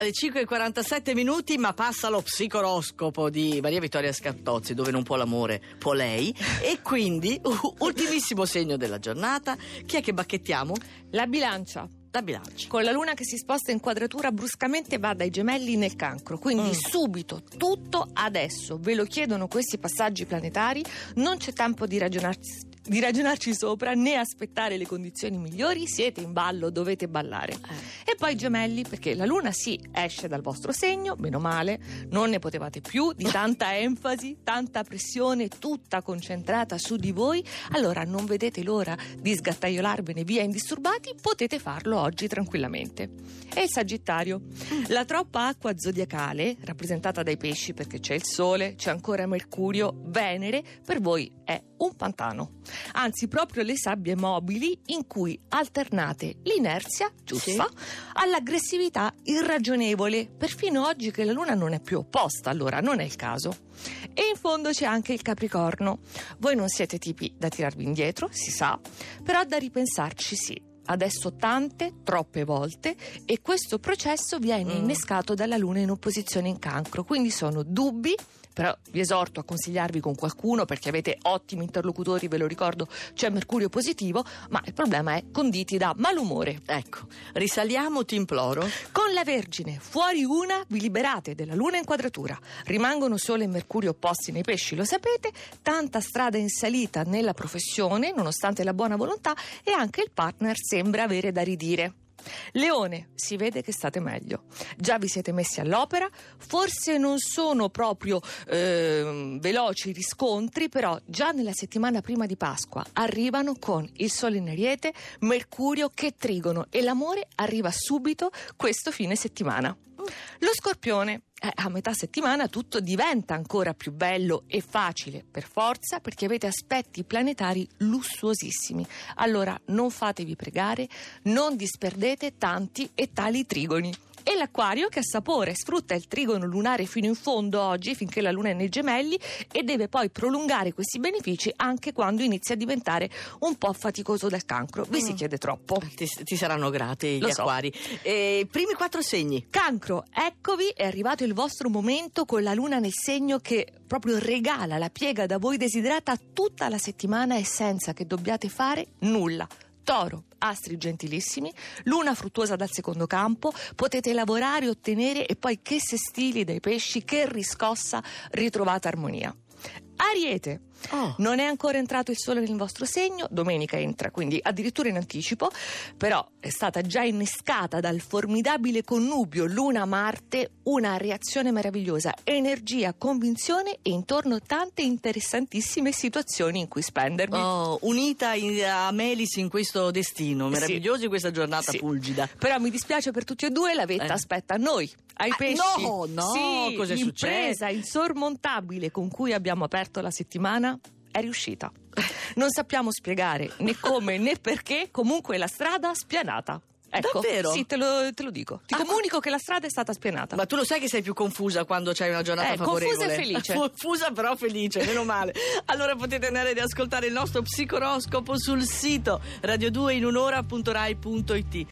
Alle 5:47, ma passa lo psicoroscopo di Maria Vittoria Scattozzi, dove non può l'amore, può lei. E quindi, ultimissimo segno della giornata, chi è che bacchettiamo? La Bilancia. La Bilancia. Con la luna che si sposta in quadratura bruscamente va dai Gemelli nel Cancro, quindi subito, tutto adesso. Ve lo chiedono questi passaggi planetari, non c'è tempo di ragionarci sopra né aspettare le condizioni migliori, siete in ballo, dovete ballare. E poi Gemelli, perché la luna esce dal vostro segno, meno male, non ne potevate più di tanta enfasi, tanta pressione, tutta concentrata su di voi, allora non vedete l'ora di sgattaiolarvene via indisturbati, potete farlo oggi tranquillamente. E il Sagittario, la troppa acqua zodiacale, rappresentata dai pesci perché c'è il Sole, c'è ancora Mercurio, Venere, per voi è un pantano. Anzi, proprio le sabbie mobili in cui alternate l'inerzia giusta all'aggressività irragionevole, perfino oggi che la luna non è più opposta, allora non è il caso. E in fondo c'è anche il Capricorno. Voi non siete tipi da tirarvi indietro, si sa, però da ripensarci sì. Adesso troppe volte, e questo processo viene innescato dalla luna in opposizione in Cancro, quindi sono dubbi. Però vi esorto a consigliarvi con qualcuno perché avete ottimi interlocutori, ve lo ricordo, c'è Mercurio positivo, ma il problema è conditi da malumore. Ecco, risaliamo, ti imploro. Con la Vergine, fuori una, vi liberate della luna in quadratura. Rimangono Sole e Mercurio opposti nei pesci, lo sapete, tanta strada in salita nella professione, nonostante la buona volontà, e anche il partner sembra avere da ridire. Leone, si vede che state meglio, già vi siete messi all'opera, forse non sono proprio veloci i riscontri, però già nella settimana prima di Pasqua arrivano con il Sole in Ariete, Mercurio che trigono, e l'amore arriva subito questo fine settimana. Lo Scorpione, a metà settimana tutto diventa ancora più bello e facile per forza, perché avete aspetti planetari lussuosissimi. Allora non fatevi pregare, non disperdete tanti e tali trigoni. E l'Acquario che assapora e sfrutta il trigono lunare fino in fondo oggi, finché la luna è nei Gemelli, e deve poi prolungare questi benefici anche quando inizia a diventare un po' faticoso dal Cancro. Vi si chiede troppo. Ti saranno grati gli acquari. Primi 4 segni. Cancro, eccovi, è arrivato il vostro momento con la luna nel segno che proprio regala la piega da voi desiderata tutta la settimana e senza che dobbiate fare nulla. Toro, astri gentilissimi, luna fruttuosa dal secondo campo, potete lavorare, ottenere, e poi che sestili dai pesci, che riscossa, ritrovata armonia. Ariete, non è ancora entrato il Sole nel vostro segno, domenica entra, quindi addirittura in anticipo, però è stata già innescata dal formidabile connubio Luna-Marte una reazione meravigliosa, energia, convinzione e intorno tante interessantissime situazioni in cui spendervi. Unita a Melis in questo destino meraviglioso, in questa giornata fulgida. Però mi dispiace per tutti e due, la vetta aspetta a noi, ai pesci. No, sì, cos'è l'impresa successo? Insormontabile con cui abbiamo aperto la settimana è riuscita. Non sappiamo spiegare né come né perché, comunque la strada spianata. Ecco, davvero? Sì, te lo dico. Ti comunico che la strada è stata spianata. Ma tu lo sai che sei più confusa quando c'hai una giornata favorevole. Confusa e felice. Confusa però felice, meno male. Allora potete andare ad ascoltare il nostro psicoroscopo sul sito radio2inunora.rai.it.